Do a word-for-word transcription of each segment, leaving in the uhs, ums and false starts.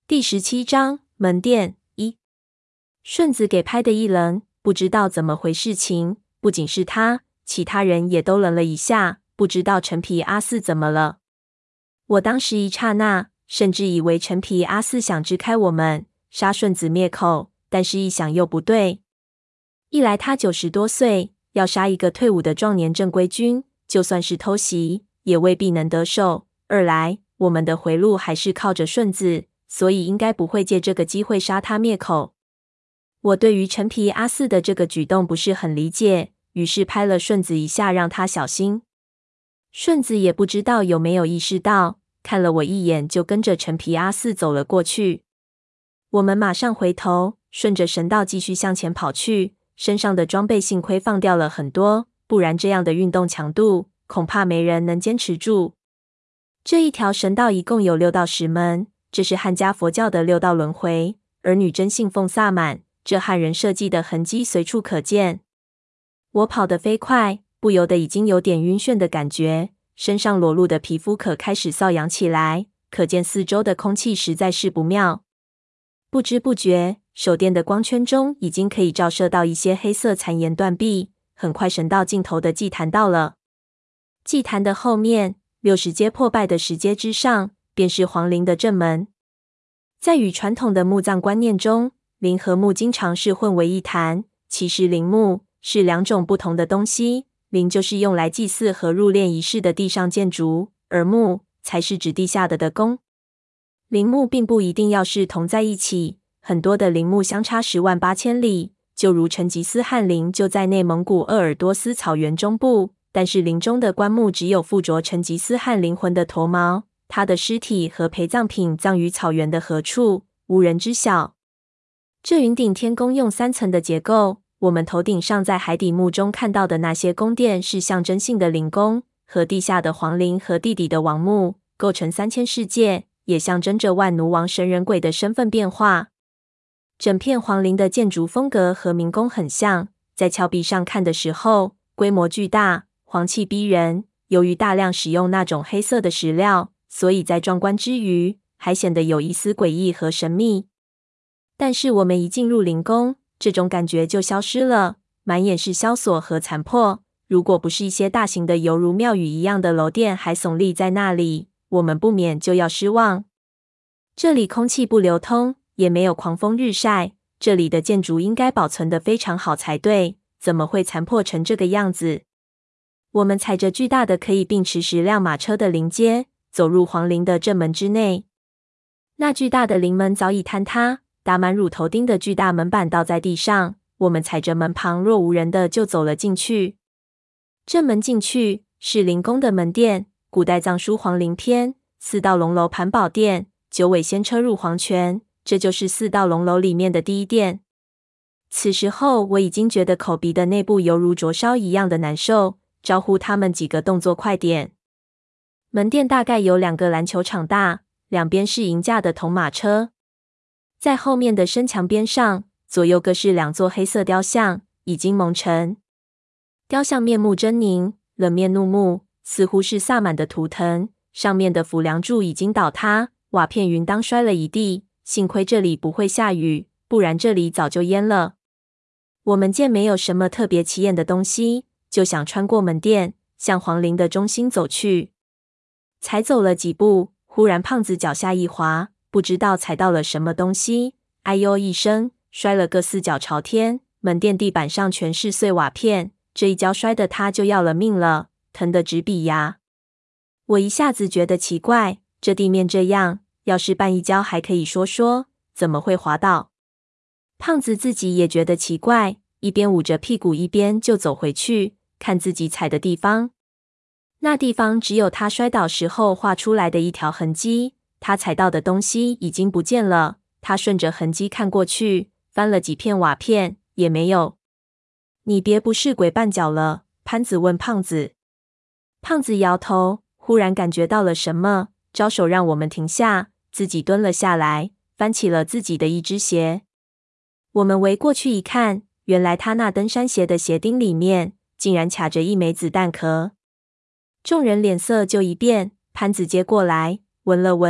第十七章门店一。顺子给拍的一愣，不知道怎么回事情，不仅是他，其他人也都愣了一下，不知道陈皮阿四怎么了。我当时一刹那，甚至以为陈皮阿四想支开我们，杀顺子灭口，但是一想又不对。一来他九十多岁，要杀一个退伍的壮年正规军，就算是偷袭，也未必能得手；二来我们的回路还是靠着顺子，所以应该不会借这个机会杀他灭口。我对于陈皮阿四的这个举动不是很理解，于是拍了顺子一下，让他小心。顺子也不知道有没有意识到，看了我一眼就跟着陈皮阿四走了过去。我们马上回头，顺着神道继续向前跑去，身上的装备幸亏放掉了很多，不然这样的运动强度，恐怕没人能坚持住。这一条神道一共有六到十门，这是汉家佛教的六道轮回，而女真信奉萨满，这汉人设计的痕迹随处可见。我跑得飞快，不由得已经有点晕眩的感觉，身上裸露的皮肤可开始瘙痒起来，可见四周的空气实在是不妙。不知不觉，手电的光圈中已经可以照射到一些黑色残垣断壁，很快神道尽头的祭坛到了。祭坛的后面，六十阶破败的石阶之上，便是皇陵的正门。在与传统的墓葬观念中，陵和墓经常是混为一谈，其实陵墓是两种不同的东西，陵就是用来祭祀和入殓仪式的地上建筑，而墓才是指地下的的宫。陵墓并不一定要是同在一起，很多的陵墓相差十万八千里，就如成吉思汗陵就在内蒙古鄂尔多斯草原中部，但是陵中的棺木只有附着成吉思汗灵魂的驼毛，他的尸体和陪葬品葬于草原的何处，无人知晓。这云顶天宫用三层的结构，我们头顶上在海底墓中看到的那些宫殿是象征性的陵宫，和地下的皇陵和地底的王墓构成三千世界，也象征着万奴王神人鬼的身份变化。整片皇陵的建筑风格和明宫很像，在峭壁上看的时候，规模巨大，皇气逼人。由于大量使用那种黑色的石料，所以在壮观之余，还显得有一丝诡异和神秘。但是我们一进入陵宫，这种感觉就消失了，满眼是萧索和残破。如果不是一些大型的犹如庙宇一样的楼殿还耸立在那里，我们不免就要失望。这里空气不流通，也没有狂风日晒，这里的建筑应该保存得非常好才对，怎么会残破成这个样子？我们踩着巨大的可以并驰十辆马车的陵阶，走入皇陵的正门之内。那巨大的陵门早已坍塌，打满乳头钉的巨大门板倒在地上，我们踩着门旁若无人的就走了进去。正门进去是陵宫的门殿，古代藏书皇陵篇，四道龙楼盘宝殿，九尾仙车入黄泉，这就是四道龙楼里面的第一殿。此时候我已经觉得口鼻的内部犹如灼烧一样的难受，招呼他们几个动作快点。门殿大概有两个篮球场大，两边是银架的铜马车。在后面的深墙边上，左右各是两座黑色雕像，已经蒙尘。雕像面目狰狞，冷面怒目，似乎是萨满的图腾，上面的辅梁柱已经倒塌，瓦片云当摔了一地，幸亏这里不会下雨，不然这里早就淹了。我们见没有什么特别起眼的东西，就想穿过门殿，向皇陵的中心走去。才走了几步，忽然胖子脚下一滑，不知道踩到了什么东西，哎呦一声，摔了个四脚朝天，门殿地板上全是碎瓦片，这一跤摔得他就要了命了，疼得直比牙。我一下子觉得奇怪，这地面这样，要是绊一跤还可以说说，怎么会滑倒？胖子自己也觉得奇怪，一边捂着屁股一边就走回去，看自己踩的地方。那地方只有他摔倒时候画出来的一条痕迹，他踩到的东西已经不见了。他顺着痕迹看过去，翻了几片瓦片，也没有。你别不是鬼绊脚了？潘子问胖子。胖子摇头，忽然感觉到了什么，招手让我们停下，自己蹲了下来，翻起了自己的一只鞋。我们围过去一看，原来他那登山鞋的鞋钉里面竟然卡着一枚子弹壳。众人脸色就一变，潘子接过来闻了闻，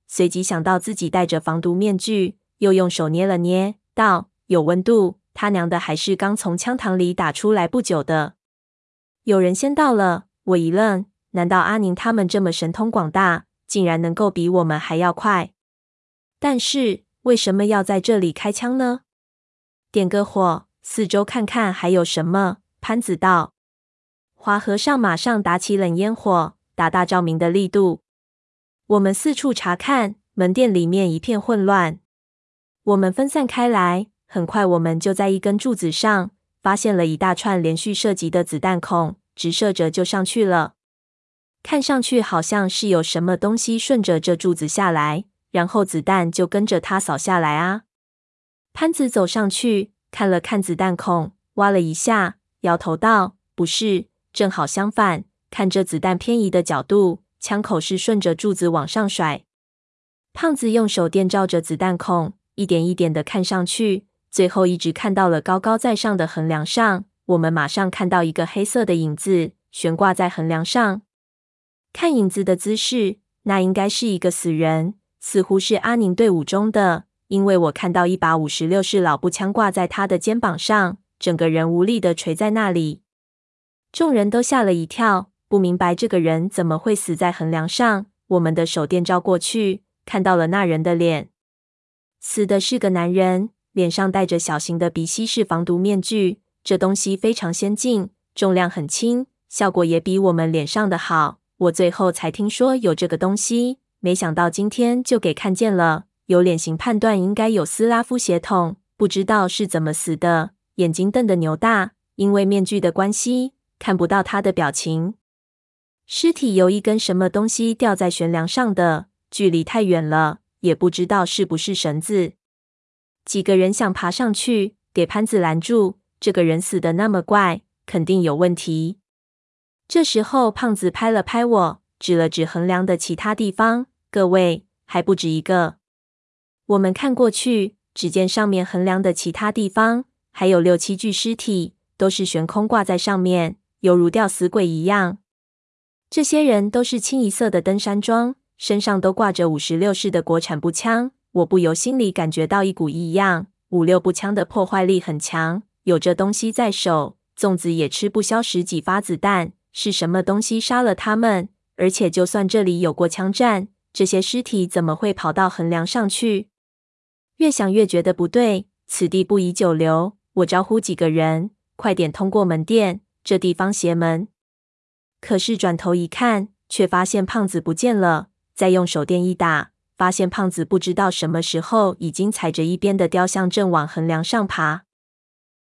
随即想到自己戴着防毒面具，又用手捏了捏，道：“有温度，他娘的还是刚从枪膛里打出来不久的。”有人先到了，我一愣，难道阿宁他们这么神通广大，竟然能够比我们还要快？但是为什么要在这里开枪呢？点个火，四周看看还有什么。潘子道。华和尚马上打起冷烟火，打大照明的力度。我们四处查看，门店里面一片混乱。我们分散开来，很快我们就在一根柱子上发现了一大串连续射击的子弹孔，直射着就上去了。看上去好像是有什么东西顺着这柱子下来，然后子弹就跟着它扫下来啊。潘子走上去看了看子弹孔，挖了一下，摇头道：“不是，正好相反，看这子弹偏移的角度，枪口是顺着柱子往上甩。”胖子用手电照着子弹孔，一点一点的看上去，最后一直看到了高高在上的横梁上。我们马上看到一个黑色的影子悬挂在横梁上。看影子的姿势，那应该是一个死人，似乎是阿宁队伍中的，因为我看到一把五十六式老步枪挂在他的肩膀上，整个人无力的垂在那里。众人都吓了一跳，不明白这个人怎么会死在横梁上。我们的手电照过去，看到了那人的脸。死的是个男人，脸上戴着小型的鼻吸式防毒面具，这东西非常先进，重量很轻，效果也比我们脸上的好。我最后才听说有这个东西，没想到今天就给看见了。有脸型判断应该有斯拉夫血统，不知道是怎么死的，眼睛瞪得牛大，因为面具的关系，看不到他的表情。尸体由一根什么东西吊在悬梁上的，距离太远了，也不知道是不是绳子。几个人想爬上去，给潘子拦住，这个人死得那么怪，肯定有问题。这时候胖子拍了拍我，指了指横梁的其他地方，各位，还不止一个。我们看过去，只见上面横梁的其他地方还有六七具尸体，都是悬空挂在上面，犹如吊死鬼一样。这些人都是清一色的登山装，身上都挂着五十六式的国产步枪，我不由心里感觉到一股异样。五六步枪的破坏力很强，有这东西在手，粽子也吃不消十几发子弹。是什么东西杀了他们？而且就算这里有过枪战，这些尸体怎么会跑到横梁上去？越想越觉得不对，此地不宜久留。我招呼几个人，快点通过门店，这地方邪门。可是转头一看，却发现胖子不见了。再用手电一打，发现胖子不知道什么时候已经踩着一边的雕像正往横梁上爬。